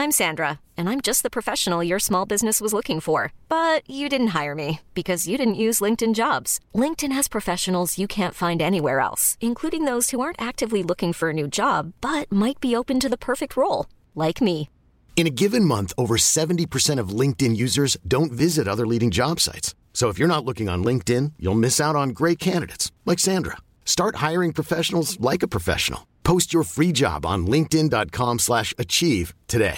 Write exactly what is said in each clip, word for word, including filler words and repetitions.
I'm Sandra, and I'm just the professional your small business was looking for. But you didn't hire me because you didn't use LinkedIn Jobs. LinkedIn has professionals you can't find anywhere else, including those who aren't actively looking for a new job, but might be open to the perfect role, like me. In a given month, over seventy percent of LinkedIn users don't visit other leading job sites. So if you're not looking on LinkedIn, you'll miss out on great candidates like Sandra. Start hiring professionals like a professional. Post your free job on linkedin dot com slash achieve today.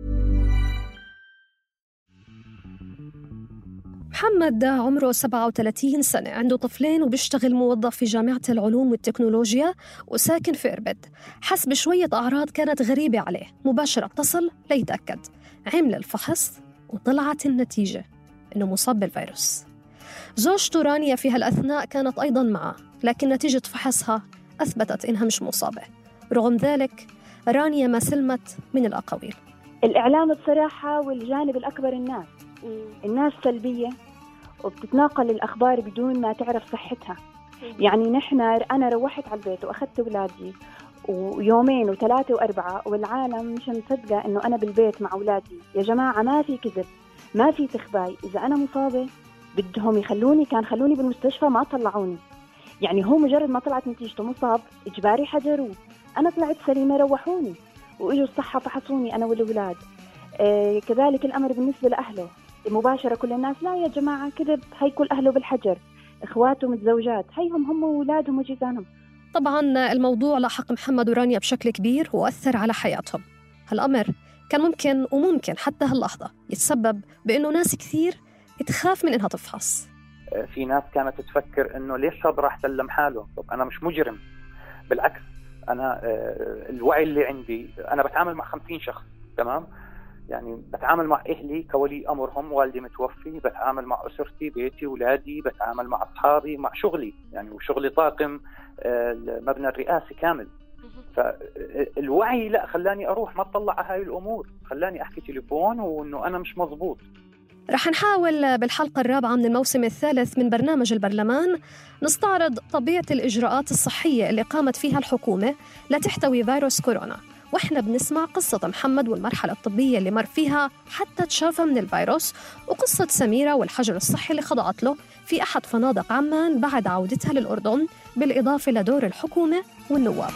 محمد عمره سبعة وثلاثين سنة، عنده طفلين وبيشتغل موظف في جامعة العلوم والتكنولوجيا وساكن في إربد. حس بشوية أعراض كانت غريبة عليه، مباشرة اتصل ليتأكد. عمل الفحص وطلعت النتيجة إنه مصاب بالفيروس. زوجته رانيا في هالأثناء كانت أيضاً معه، لكن نتيجة فحصها أثبتت إنها مش مصابة. رغم ذلك رانيا ما سلمت من الأقاويل. الإعلام بصراحة والجانب الأكبر الناس الناس سلبية وبتتناقل الأخبار بدون ما تعرف صحتها. يعني نحن أنا روحت على البيت وأخذت أولادي ويومين وثلاثة وأربعة والعالم مش مصدقة إنه أنا بالبيت مع أولادي. يا جماعة ما في كذب، ما في تخباي. إذا أنا مصابة بدهم يخلوني، كان خلوني بالمستشفى ما طلعوني. يعني هو مجرد ما طلعت نتيجته مصاب إجباري حجروه. أنا طلعت سليمة روحوني وإجوا الصحة فحصوني أنا والأولاد. آه كذلك الأمر بالنسبة لأهله مباشرة. كل الناس لا يا جماعة كذب، هي كل أهله بالحجر، إخواته متزوجات، هيهم هم وأولادهم وجيرانهم. طبعاً الموضوع لاحق محمد ورانيا بشكل كبير وأثر على حياتهم. هالأمر كان ممكن وممكن حتى هاللحظة يتسبب بأنه ناس كثير تخاف من إنها تفحص. في ناس كانت تفكر إنه ليش شاب راح سلم حاله؟ طب أنا مش مجرم، بالعكس أنا الوعي اللي عندي أنا بتعامل مع خمسين شخص، تمام؟ يعني بتعامل مع أهلي كولي أمرهم، والدي متوفي، بتعامل مع أسرتي، بيتي، أولادي، بتعامل مع أصحابي، مع شغلي، يعني وشغلي طاقم المبنى الرئاسي كامل. فالوعي لا خلاني أروح ما أطلع على هاي الأمور، خلاني أحكي تليفون وإنه أنا مش مزبوط. رح نحاول بالحلقة الرابعة من الموسم الثالث من برنامج البرلمان نستعرض طبيعة الإجراءات الصحية اللي قامت فيها الحكومة لتحتوي فيروس كورونا، وإحنا بنسمع قصة محمد والمرحلة الطبية اللي مر فيها حتى تشافى من الفيروس، وقصة سميرة والحجر الصحي اللي خضعت له في أحد فنادق عمان بعد عودتها للأردن، بالإضافة لدور الحكومة والنواب.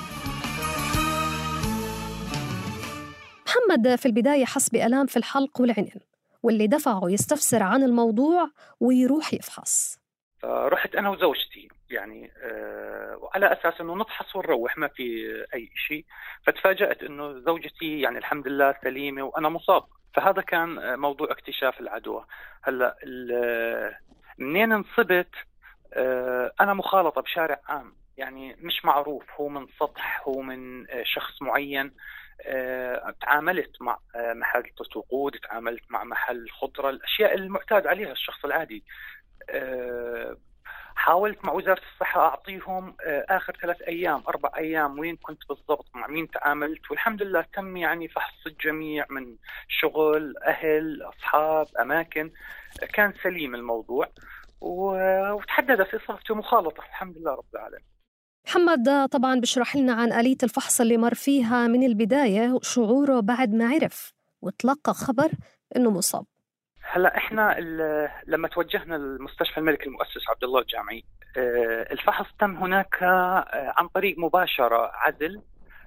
محمد في البداية حس بآلام في الحلق والعنين، واللي دفعه يستفسر عن الموضوع ويروح يفحص. رحت أنا وزوجتي يعني أه وعلى أساس أنه نفحص ونروح ما في أي شيء، فتفاجأت أنه زوجتي يعني الحمد لله سليمة وأنا مصاب. فهذا كان موضوع اكتشاف العدوى. هلأ منين انصبت؟ أه أنا مخالطة بشارع عام، يعني مش معروف، هو من سطح، هو من شخص معين. أه تعاملت مع محل وقود، تعاملت مع محل خضرة، الأشياء المعتاد عليها الشخص العادي. أه حاولت مع وزارة الصحة أعطيهم أه آخر ثلاث أيام أربع أيام وين كنت بالضبط، مع مين تعاملت، والحمد لله تم يعني فحص الجميع من شغل، أهل، أصحاب، أماكن. أه كان سليم الموضوع وتحددت إصابته مخالطة الحمد لله رب العالمين. محمد طبعاً بشرح لنا عن آلية الفحص اللي مر فيها من البداية وشعوره بعد ما عرف وتلقى خبر إنه مصاب. هلا احنا لما توجهنا للمستشفى الملكي المؤسس عبد الله الجامعي، الفحص تم هناك عن طريق مباشرة عزل،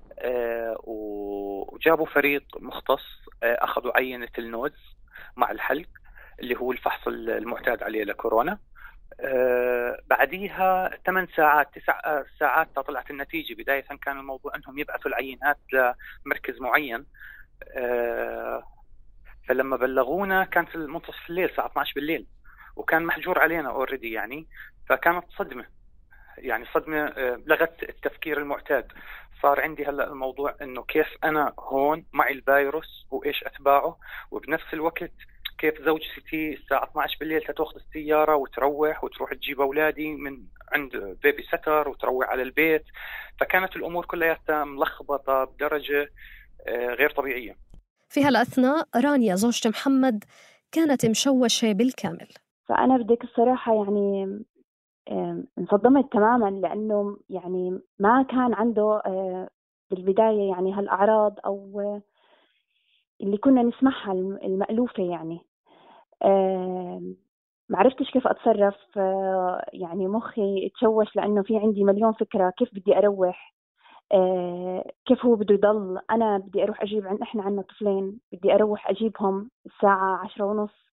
وجابوا فريق مختص أخذوا عينة النوز مع الحلق اللي هو الفحص المعتاد عليه لكورونا. أه بعديها ثمان ساعات تسع ساعات طلعت النتيجة. بداية كان الموضوع أنهم يبعثوا العينات لمركز معين. أه فلما بلغونا كان في منتصف الليل الساعة اثنعش بالليل، وكان محجور علينا اوريدي يعني. فكانت صدمة، يعني صدمة أه لغت التفكير المعتاد. صار عندي هلأ الموضوع أنه كيف أنا هون معي الفيروس وإيش أتباعه، وبنفس الوقت كيف زوجتي الساعة اثنعش بالليل تأخذ السيارة وتروح وتروح تجيب أولادي من عند بيبي ستر وتروح على البيت. فكانت الأمور كلها ملخبطة بدرجة غير طبيعية. في هالأثناء رانيا زوجة محمد كانت مشوشة بالكامل. فأنا بدك الصراحة يعني انصدمت تماما، لأنه يعني ما كان عنده بالبداية يعني هالأعراض، أو اللي كنا نسمعها المألوفة يعني. آه معرفتش كيف أتصرف. آه يعني مخي اتشوش لأنه في عندي مليون فكرة كيف بدي أروح، آه كيف هو بده يضل. أنا بدي أروح أجيب، عن إحنا عنا طفلين، بدي أروح أجيبهم الساعة عشرة ونص.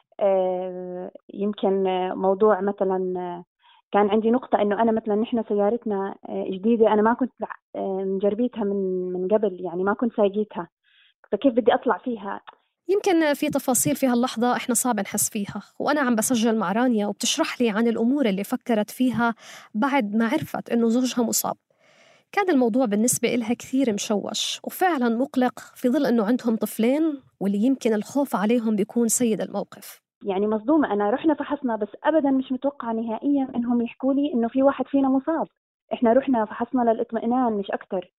آه يمكن موضوع مثلا كان عندي نقطة إنه أنا مثلا نحن سيارتنا جديدة، أنا ما كنت مجربيتها من من قبل، يعني ما كنت سايقيتها، فكيف بدي أطلع فيها؟ يمكن في تفاصيل في هاللحظة إحنا صعب نحس فيها، وأنا عم بسجل مع رانيا وبتشرح لي عن الأمور اللي فكرت فيها بعد ما عرفت إنه زوجها مصاب. كان الموضوع بالنسبة إلها كثير مشوش وفعلا مقلق في ظل إنه عندهم طفلين واللي يمكن الخوف عليهم بيكون سيد الموقف. يعني مصدومة أنا. رحنا فحصنا بس أبدا مش متوقعة نهائيا إنهم يحكوا لي إنه في واحد فينا مصاب. إحنا رحنا فحصنا للإطمئنان مش أكتر.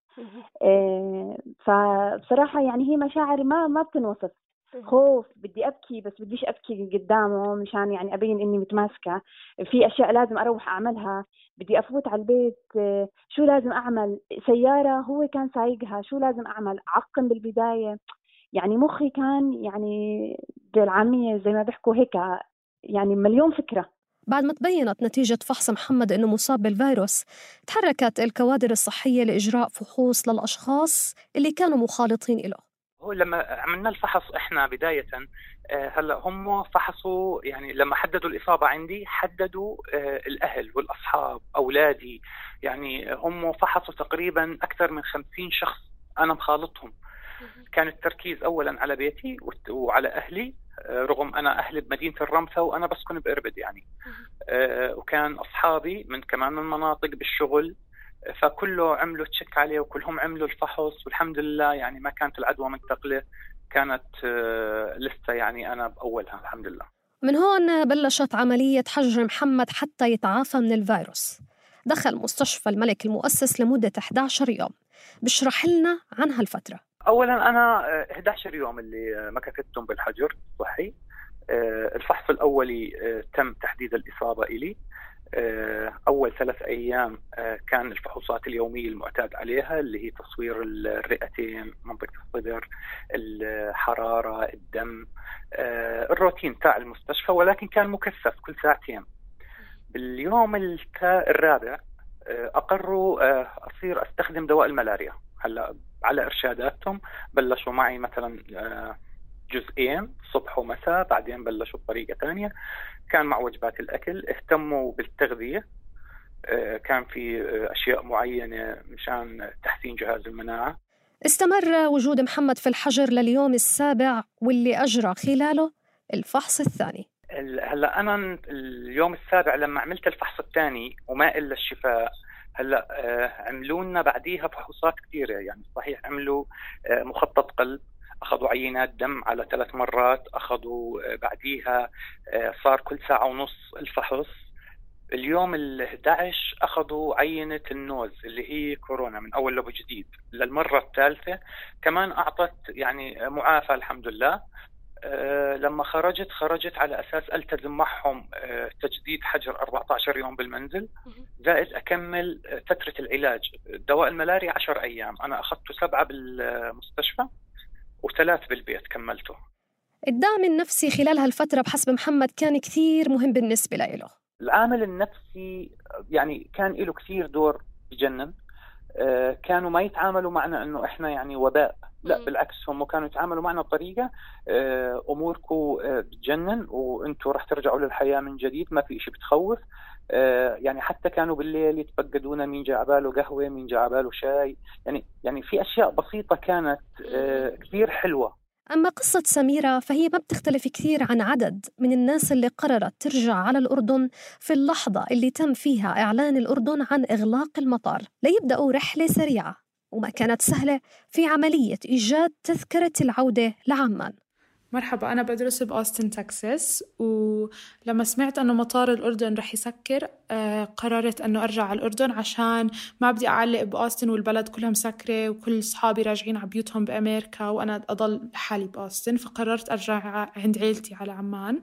إيه فبصراحة يعني هي مشاعر ما ما بتنوصف. خوف، بدي أبكي بس بديش أبكي قدامه مشان يعني أبين إني متماسكة. في أشياء لازم أروح أعملها، بدي أفوت على البيت. إيه شو لازم أعمل؟ سيارة هو كان سايقها، شو لازم أعمل؟ أعقم بالبداية. يعني مخي كان يعني بالعامية زي ما بيحكوا هيك يعني مليون فكرة. بعد ما تبينت نتيجة فحص محمد إنه مصاب بالفيروس، تحركت الكوادر الصحية لإجراء فحوص للأشخاص اللي كانوا مخالطين له. هو لما عملنا الفحص إحنا بداية هلا هم فحصوا، يعني لما حددوا الإصابة عندي حددوا الأهل والأصحاب أولادي، يعني هم فحصوا تقريبا أكثر من خمسين شخص أنا مخالطهم. كان التركيز أولا على بيتي وعلى أهلي، رغم أنا أهلي بمدينة الرمثة وأنا بسكن بإربد يعني. وكان أصحابي من كمان من مناطق بالشغل، فكله عملوا تشك عليه وكلهم عملوا الفحص، والحمد لله يعني ما كانت العدوى منتقلة، كانت لسه يعني أنا بأولها الحمد لله. من هون بلشت عملية حجر محمد حتى يتعافى من الفيروس. دخل مستشفى الملك المؤسس لمدة أحد عشر يوم. بشرح لنا عن هالفترة. أولا أنا أحد عشر يوم اللي مكثتهم بالحجر الصحي. الفحص الأولي تم تحديد الإصابة إلي. أول ثلاث أيام كان الفحوصات اليومية المعتاد عليها اللي هي تصوير الرئتين، منطقة الصدر، الحرارة، الدم، الروتين تاع المستشفى، ولكن كان مكثف كل ساعتين. باليوم الرابع أقروا أصير أستخدم دواء الملاريا. هلا على إرشاداتهم بلشوا معي مثلا جزئين صبح ومساء، بعدين بلشوا بطريقة ثانية. كان مع وجبات الأكل اهتموا بالتغذية، كان في أشياء معينة مشان تحسين جهاز المناعة. استمر وجود محمد في الحجر لليوم السابع واللي أجرى خلاله الفحص الثاني. هلا أنا اليوم السابع لما عملت الفحص الثاني وما إلا الشفاء، هلا عملوا لنا بعديها فحوصات كثيرة، يعني صحيح عملوا مخطط قلب، أخذوا عينات دم على ثلاث مرات، أخذوا بعديها صار كل ساعة ونص الفحص. اليوم الأحد عشر أخذوا عينة النوز اللي هي كورونا من أول لبو جديد للمرة الثالثة، كمان أعطت يعني معافى الحمد لله. أه لما خرجت خرجت على أساس ألتزم معهم أه تجديد حجر أربعة عشر يوم بالمنزل، زائد أكمل فترة العلاج. دواء الملاريا عشر أيام، أنا أخذته سبعة بالمستشفى وثلاث بالبيت كملته. الدعم النفسي خلال هالفترة بحسب محمد كان كثير مهم بالنسبة له. العامل النفسي يعني كان له كثير دور بجنن. أه كانوا ما يتعاملوا معنا أنه إحنا يعني وباء، لا بالعكس، هم كانوا يتعاملوا معنا بطريقة أه أموركم أه بتجنن وأنتوا رح ترجعوا للحياة من جديد، ما في إشي بتخوف. أه يعني حتى كانوا بالليل يتفقدونا مين جاء عباله قهوة، مين جاء عباله شاي، يعني يعني في أشياء بسيطة كانت أه كثير حلوة. أما قصة سميرة فهي ما بتختلف كثير عن عدد من الناس اللي قررت ترجع على الأردن في اللحظة اللي تم فيها إعلان الأردن عن إغلاق المطار ليبدأوا رحلة سريعة وما كانت سهلة في عملية إيجاد تذكرة العودة لعمان. مرحبا، أنا بدرس بأوستن تكساس، ولما سمعت أنه مطار الأردن رح يسكر قررت أنه أرجع على الأردن عشان ما بدي أعلق بأوستن والبلد كلها مسكرة وكل صحابي راجعين على بيوتهم بأمريكا وأنا أضل لحالي بأوستن، فقررت أرجع عند عيلتي على عمان.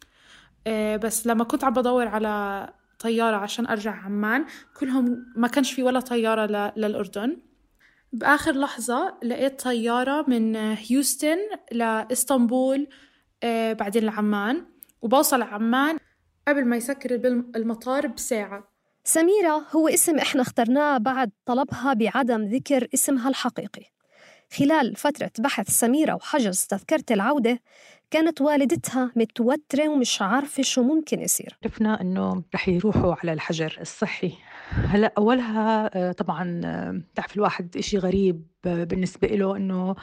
بس لما كنت عم بدور على طيارة عشان أرجع عمان كلهم ما كانش في ولا طيارة للأردن. بآخر لحظة لقيت طيارة من هيوستن لإسطنبول، آه بعدين لعمان، وبوصل عمان قبل ما يسكر المطار بساعة. سميرة هو اسم إحنا اخترناه بعد طلبها بعدم ذكر اسمها الحقيقي. خلال فترة بحث سميرة وحجز تذكرة العودة كانت والدتها متوترة ومش عارفة شو ممكن يصير. عرفنا إنه رح يروحوا على الحجر الصحي. هلأ أولها طبعاً تعرف الواحد إشي غريب بالنسبة له إنه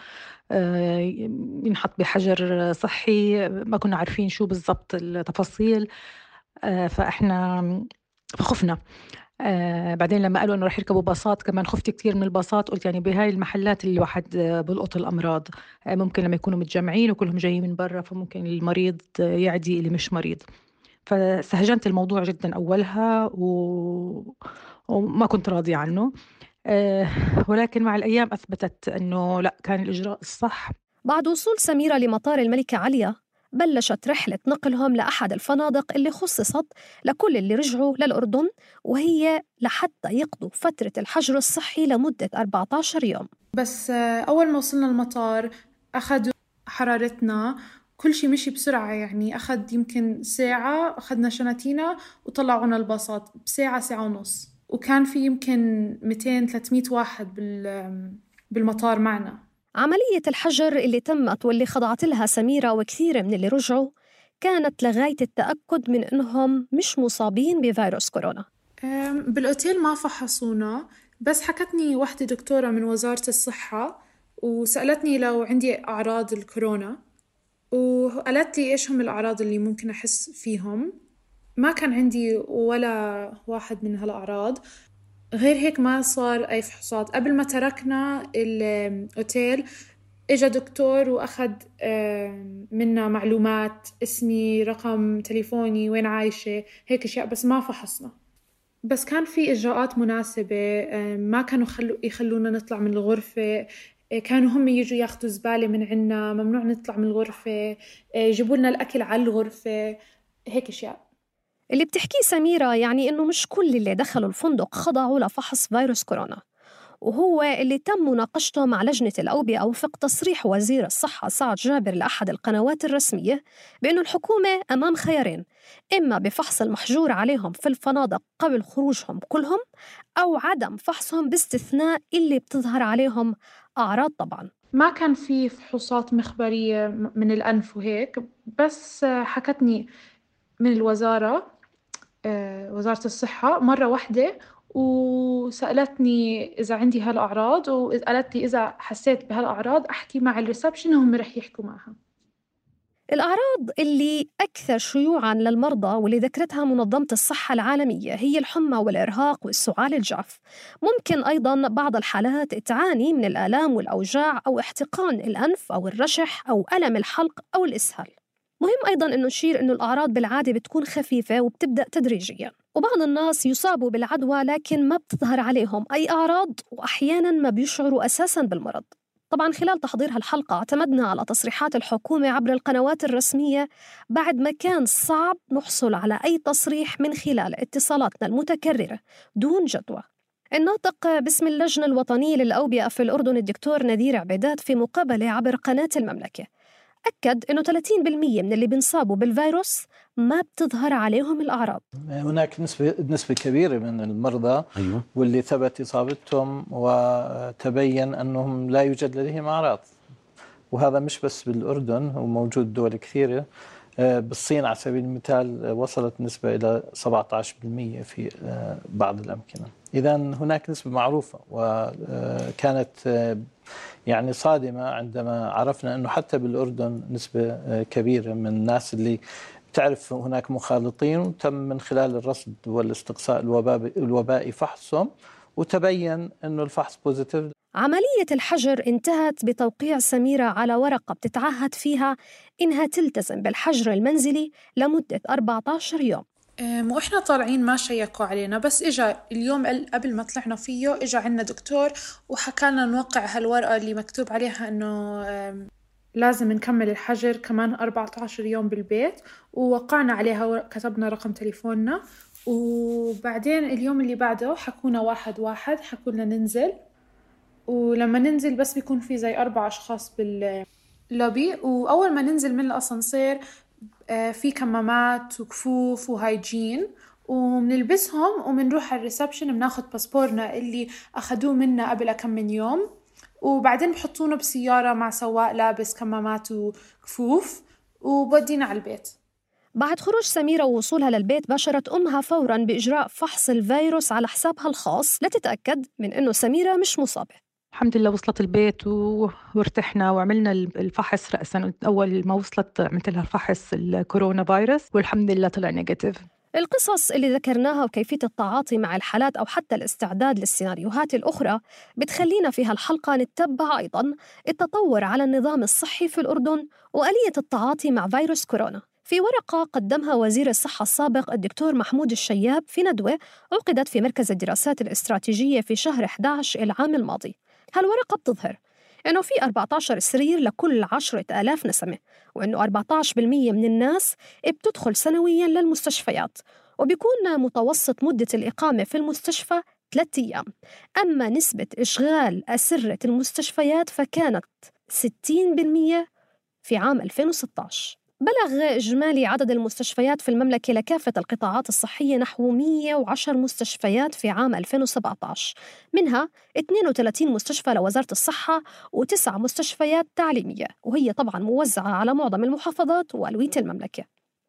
ينحط بحجر صحي، ما كنا عارفين شو بالضبط التفاصيل، فإحنا فخفنا. آه بعدين لما قالوا انه رح يركبوا باصات كمان خفت كتير من الباصات. قلت يعني بهاي المحلات اللي الواحد بلقط الامراض، آه ممكن لما يكونوا متجمعين وكلهم جايين من برا فممكن المريض يعدي اللي مش مريض. فسهجنت الموضوع جدا اولها و... وما كنت راضية عنه، آه ولكن مع الايام اثبتت انه لا، كان الاجراء الصح. بعد وصول سميرة لمطار الملكة عليا بلشت رحلة نقلهم لأحد الفنادق اللي خصصت لكل اللي رجعوا للأردن، وهي لحتى يقضوا فترة الحجر الصحي لمدة أربعة عشر يوم. بس أول ما وصلنا المطار أخذوا حرارتنا، كل شيء مشي بسرعة، يعني أخذ يمكن ساعة، أخذنا شنطينا وطلعونا الباصات بساعة ساعة ونص، وكان في يمكن مئتين ثلاثمئة واحد بالمطار معنا. عملية الحجر اللي تمت واللي خضعت لها سميرة وكثير من اللي رجعوا كانت لغاية التأكد من أنهم مش مصابين بفيروس كورونا. بالأوتيل ما فحصونا، بس حكتني واحدة دكتورة من وزارة الصحة وسألتني لو عندي أعراض الكورونا، وقالت لي إيش هم الأعراض اللي ممكن أحس فيهم. ما كان عندي ولا واحد من هالأعراض. غير هيك ما صار أي فحوصات. قبل ما تركنا الأوتيل إجا دكتور وأخذ منا معلومات، اسمي، رقم تليفوني، وين عايشة، هيك أشياء، بس ما فحصنا. بس كان في إجراءات مناسبة، ما كانوا خلو يخلونا نطلع من الغرفة، كانوا هم يجوا ياخدوا زبالة من عنا، ممنوع نطلع من الغرفة، يجيبوا لنا الأكل على الغرفة، هيك أشياء. اللي بتحكيه سميرة يعني إنه مش كل اللي دخلوا الفندق خضعوا لفحص فيروس كورونا، وهو اللي تم مناقشته مع لجنة الأوبئة وفق تصريح وزير الصحة سعد جابر لأحد القنوات الرسمية بأنه الحكومة أمام خيارين: إما بفحص المحجور عليهم في الفنادق قبل خروجهم كلهم، أو عدم فحصهم باستثناء اللي بتظهر عليهم أعراض. طبعاً ما كان في فحوصات مخبرية من الأنف وهيك، بس حكتني من الوزارة، وزارة الصحة، مرة واحدة، وسألتني إذا عندي هالأعراض، وقالت لي إذا حسيت بهالأعراض أحكي مع الريسبشن، هم رح يحكوا معها. الأعراض اللي أكثر شيوعاً للمرضى واللي ذكرتها منظمة الصحة العالمية هي الحمى والإرهاق والسعال الجاف. ممكن أيضاً بعض الحالات تعاني من الآلام والأوجاع أو احتقان الأنف أو الرشح أو ألم الحلق أو الإسهال. مهم أيضاً أنه نشير أنه الأعراض بالعادة بتكون خفيفة وبتبدأ تدريجياً، وبعض الناس يصابوا بالعدوى لكن ما بتظهر عليهم أي أعراض، وأحياناً ما بيشعروا أساساً بالمرض. طبعاً خلال تحضير هالحلقة اعتمدنا على تصريحات الحكومة عبر القنوات الرسمية بعد ما كان صعب نحصل على أي تصريح من خلال اتصالاتنا المتكررة دون جدوى. الناطق باسم اللجنة الوطنية للأوبئة في الأردن الدكتور نذير عبيدات في مقابلة عبر قناة المملكة أكد أنه ثلاثين بالمئة من اللي بنصابوا بالفيروس ما بتظهر عليهم الأعراض. هناك نسبة نسبة كبيرة من المرضى أيوة. واللي ثبت إصابتهم وتبين أنهم لا يوجد لديهم أعراض، وهذا مش بس بالأردن، وموجود دول كثيرة. بالصين على سبيل المثال وصلت نسبة إلى سبعة عشر بالمئة في بعض الأمكنة. إذن هناك نسبة معروفة، وكانت يعني صادمة عندما عرفنا أنه حتى بالأردن نسبة كبيرة من الناس اللي تعرف هناك مخالطين، وتم من خلال الرصد والاستقصاء الوبائي فحصهم وتبين أنه الفحص بوزيتيف. عملية الحجر انتهت بتوقيع سميرة على ورقة بتتعهد فيها إنها تلتزم بالحجر المنزلي لمدة أربعة عشر يوم. وإحنا طالعين ما شيكوا علينا، بس إجا اليوم قبل ما طلعنا فيه إجا عنا دكتور وحكالنا نوقع هالورقة اللي مكتوب عليها إنه لازم نكمل الحجر كمان أربعة عشر يوم بالبيت، ووقعنا عليها، كتبنا رقم تليفوننا. وبعدين اليوم اللي بعده حكونا واحد واحد، حكونا ننزل، ولما ننزل بس بيكون في زي أربع أشخاص باللوبي، وأول ما ننزل من الأسانسير في كمامات وكفوف وهايجين، ومنلبسهم ومنروح على الريسبشن بناخد باسبورنا اللي أخدوه منا قبل كم من يوم، وبعدين بحطونه بسيارة مع سواق لابس كمامات وكفوف وبودينا على البيت. بعد خروج سميرة ووصولها للبيت باشرت أمها فوراً بإجراء فحص الفيروس على حسابها الخاص لتتأكد من أنه سميرة مش مصابة. الحمد لله وصلت البيت وارتحنا وعملنا الفحص رأساً. أول ما وصلت عملت لها الفحص الكورونا فيروس والحمد لله طلع نيجاتيف. القصص اللي ذكرناها وكيفية التعاطي مع الحالات أو حتى الاستعداد للسيناريوهات الأخرى بتخلينا في هالحلقة نتبع أيضاً التطور على النظام الصحي في الأردن وآلية التعاطي مع فيروس كورونا. في ورقة قدمها وزير الصحة السابق الدكتور محمود الشياب في ندوة عقدت في مركز الدراسات الاستراتيجية في شهر أحد عشر العام الماضي. هالورقة بتظهر إنه في أربعة عشر سرير لكل عشرة آلاف نسمة، وإنه أربعة عشر بالمئة من الناس بتدخل سنوياً للمستشفيات، وبيكون متوسط مدة الإقامة في المستشفى ثلاثة أيام. أما نسبة إشغال أسرة المستشفيات فكانت ستين بالمئة في عام ألفين وستة عشر. بلغ إجمالي عدد المستشفيات في المملكة لكافة القطاعات الصحية نحو مئة وعشرة مستشفيات في عام ألفين وسبعة عشر، منها اثنين وثلاثين مستشفى لوزارة الصحة وتسع مستشفيات تعليمية، وهي طبعاً موزعة على معظم المحافظات وألوية المملكة.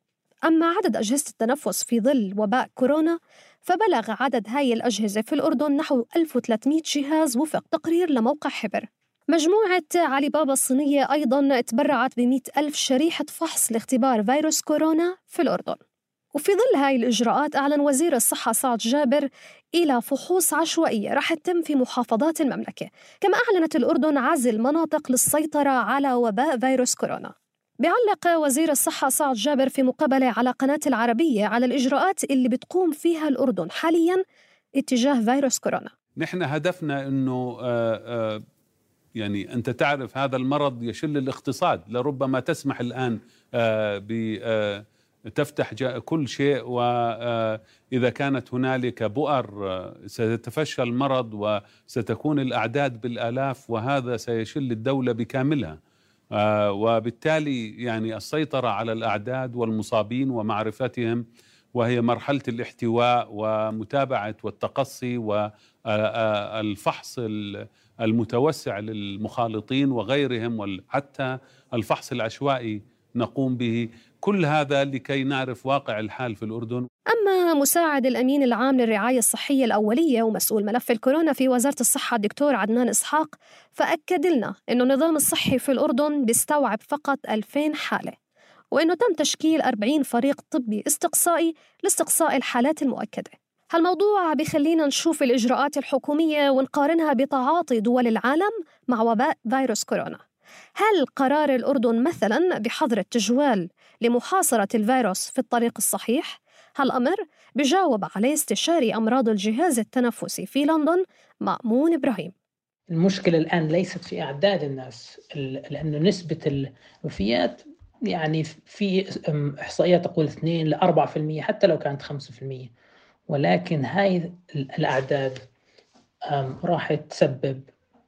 أما عدد أجهزة التنفس في ظل وباء كورونا فبلغ عدد هاي الأجهزة في الأردن نحو ألف وثلاثمئة جهاز وفق تقرير لموقع حبر. مجموعة علي بابا الصينية أيضاً تبرعت بمئة ألف شريحة فحص لاختبار فيروس كورونا في الأردن. وفي ظل هاي الإجراءات أعلن وزير الصحة سعد جابر إلى فحوص عشوائية رح تتم في محافظات المملكة. كما أعلنت الأردن عزل مناطق للسيطرة على وباء فيروس كورونا. بيعلق وزير الصحة سعد جابر في مقابلة على قناة العربية على الإجراءات اللي بتقوم فيها الأردن حالياً اتجاه فيروس كورونا. نحن هدفنا أنه آآ آآ يعني أنت تعرف هذا المرض يشل الاقتصاد، لربما تسمح الآن بتفتح كل شيء، وإذا كانت هنالك بؤر سيتفشى المرض وستكون الأعداد بالآلاف، وهذا سيشل الدولة بكاملها، وبالتالي يعني السيطرة على الأعداد والمصابين ومعرفتهم، وهي مرحلة الاحتواء ومتابعة والتقصي والفحص المتوسع للمخالطين وغيرهم، وحتى الفحص العشوائي نقوم به، كل هذا لكي نعرف واقع الحال في الأردن. أما مساعد الأمين العام للرعاية الصحية الأولية ومسؤول ملف الكورونا في وزارة الصحة الدكتور عدنان إسحاق فأكد لنا أنه النظام الصحي في الأردن بيستوعب فقط ألفين حالة، وأنه تم تشكيل أربعين فريق طبي استقصائي لاستقصاء الحالات المؤكدة. هالموضوع بيخلينا نشوف الإجراءات الحكومية ونقارنها بتعاطي دول العالم مع وباء فيروس كورونا. هل قرار الأردن مثلاً بحظر التجوال لمحاصرة الفيروس في الطريق الصحيح؟ هالأمر بجاوب عليه استشاري أمراض الجهاز التنفسي في لندن مأمون إبراهيم. المشكلة الآن ليست في أعداد الناس، لأنه نسبة الوفيات يعني في إحصائيات تقول اثنين لأربعة في المية حتى لو كانت خمسة في المية، ولكن هاي الأعداد راح تسبب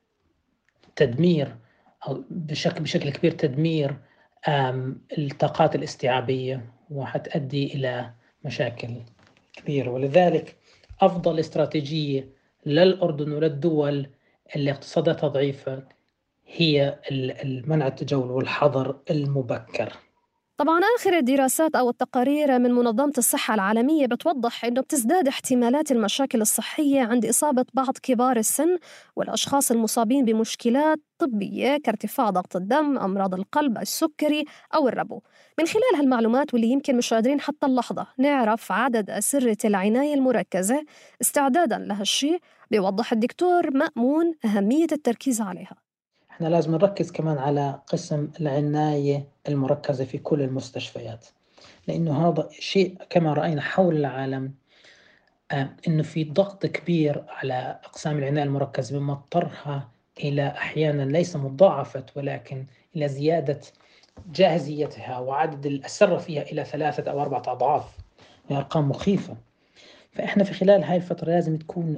تدمير أو بشكل بشكل كبير تدمير الطاقات الاستيعابية، وحتؤدي إلى مشاكل كبيرة. ولذلك أفضل استراتيجية للأردن وللدول اللي اقتصاداتها ضعيفة هي المنع التجول والحظر المبكر. طبعاً آخر الدراسات أو التقارير من منظمة الصحة العالمية بتوضح أنه بتزداد احتمالات المشاكل الصحية عند إصابة بعض كبار السن والأشخاص المصابين بمشكلات طبية كارتفاع ضغط الدم، أمراض القلب، السكري أو الربو. من خلال هالمعلومات واللي يمكن مش قادرين حتى اللحظة نعرف عدد أسرة العناية المركزة استعداداً لهالشيء، بيوضح الدكتور مأمون أهمية التركيز عليها. احنا لازم نركز كمان على قسم العناية المركزة في كل المستشفيات، لأنه هذا شيء كما رأينا حول العالم آه إنه في ضغط كبير على أقسام العناية المركزة، مما اضطرها إلى أحيانا ليس مضاعفة ولكن إلى زيادة جاهزيتها وعدد الأسرة فيها إلى ثلاثة أو أربعة أضعاف، أرقام مخيفة. فإحنا في خلال هاي الفترة لازم تكون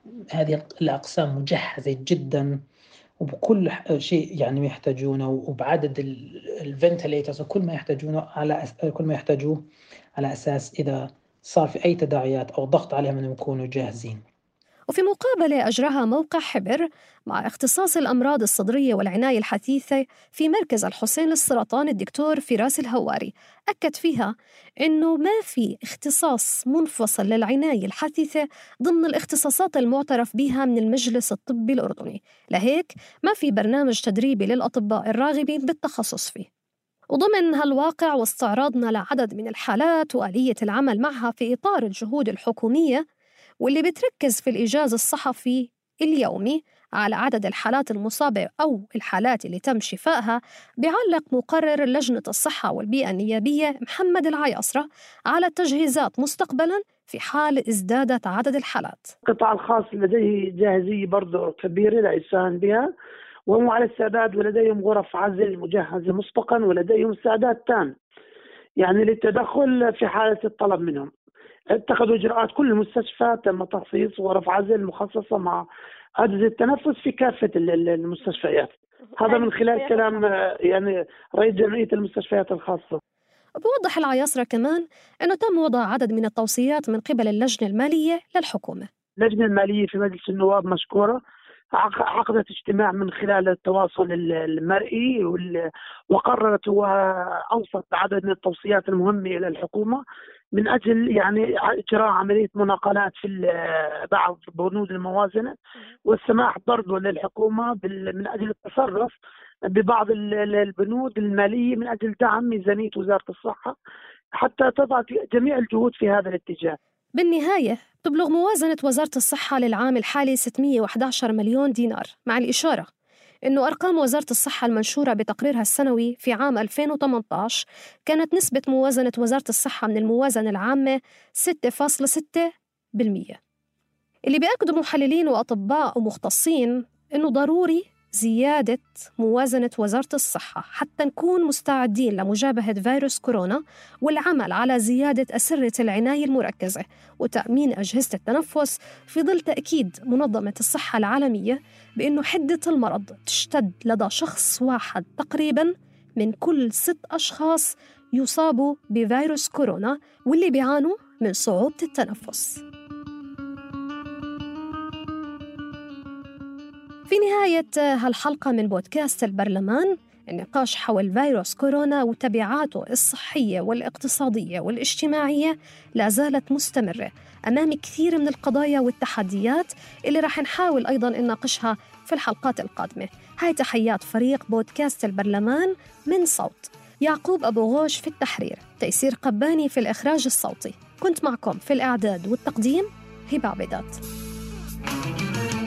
هذه الأقسام مجهزة جدا وبكل شيء يعني يحتاجونه، وبعدد الفنتليترز وكل ما يحتاجونه على كل ما يحتاجوه على أساس إذا صار في أي تداعيات أو ضغط عليهم أنهم يكونوا جاهزين. وفي مقابلة أجراها موقع حبر مع اختصاص الأمراض الصدرية والعناية الحديثة في مركز الحسين للسرطان الدكتور فراس الهواري، أكد فيها أنه ما في اختصاص منفصل للعناية الحديثة ضمن الاختصاصات المعترف بها من المجلس الطبي الأردني، لهيك ما في برنامج تدريبي للأطباء الراغبين بالتخصص فيه. وضمن هالواقع واستعراضنا لعدد من الحالات وآلية العمل معها في إطار الجهود الحكومية واللي بتركز في الإيجاز الصحفي اليومي على عدد الحالات المصابة أو الحالات اللي تم شفائها، بيعلق مقرر لجنة الصحة والبيئة النيابية محمد العياصرة على التجهيزات مستقبلاً في حال ازدادت عدد الحالات. القطاع الخاص لديه جاهزية برضو كبيرة لإسهام بها، وهم على استعداد ولديهم غرف عزل مجهزة مسبقاً ولديهم استعداد تام يعني للتدخل في حالة الطلب منهم. اتخذوا إجراءات، كل المستشفى تم تخصيص غرف عزل مخصصة مع أجهزة التنفس في كافة المستشفيات. هذا من خلال كلام يعني رئيس جمعية المستشفيات الخاصة. بوضح العياصرة كمان أنه تم وضع عدد من التوصيات من قبل اللجنة المالية للحكومة. اللجنة المالية في مجلس النواب مشكورة، عقدت اجتماع من خلال التواصل المرئي وقررت وأوصت عدد من التوصيات المهمة إلى الحكومة من أجل يعني إجراء عملية مناقلات في بعض بنود الموازنة، والسماح برضو للحكومة من أجل التصرف ببعض البنود المالية من أجل دعم ميزانية وزارة الصحة حتى تضع جميع الجهود في هذا الاتجاه. بالنهاية تبلغ موازنة وزارة الصحة للعام الحالي ستمئة وأحد عشر مليون دينار، مع الإشارة إنه أرقام وزارة الصحة المنشورة بتقريرها السنوي في عام ألفين وثمانية عشر كانت نسبة موازنة وزارة الصحة من الموازنة العامة ستة فاصلة ستة بالمئة. اللي بيأكدوا محللين وأطباء ومختصين إنه ضروري زيادة موازنة وزارة الصحة حتى نكون مستعدين لمجابهة فيروس كورونا، والعمل على زيادة أسرة العناية المركزة وتأمين أجهزة التنفس، في ظل تأكيد منظمة الصحة العالمية بأنه حدة المرض تشتد لدى شخص واحد تقريباً من كل ست أشخاص يصابوا بفيروس كورونا واللي بيعانوا من صعوبة التنفس. في نهاية هالحلقة من بودكاست البرلمان، النقاش حول فيروس كورونا وتبعاته الصحية والاقتصادية والاجتماعية لا زالت مستمرة أمام كثير من القضايا والتحديات اللي راح نحاول أيضاً نناقشها في الحلقات القادمة. هاي تحيات فريق بودكاست البرلمان من صوت، يعقوب أبو غوش في التحرير، تيسير قباني في الإخراج الصوتي، كنت معكم في الإعداد والتقديم هبة عبيدات.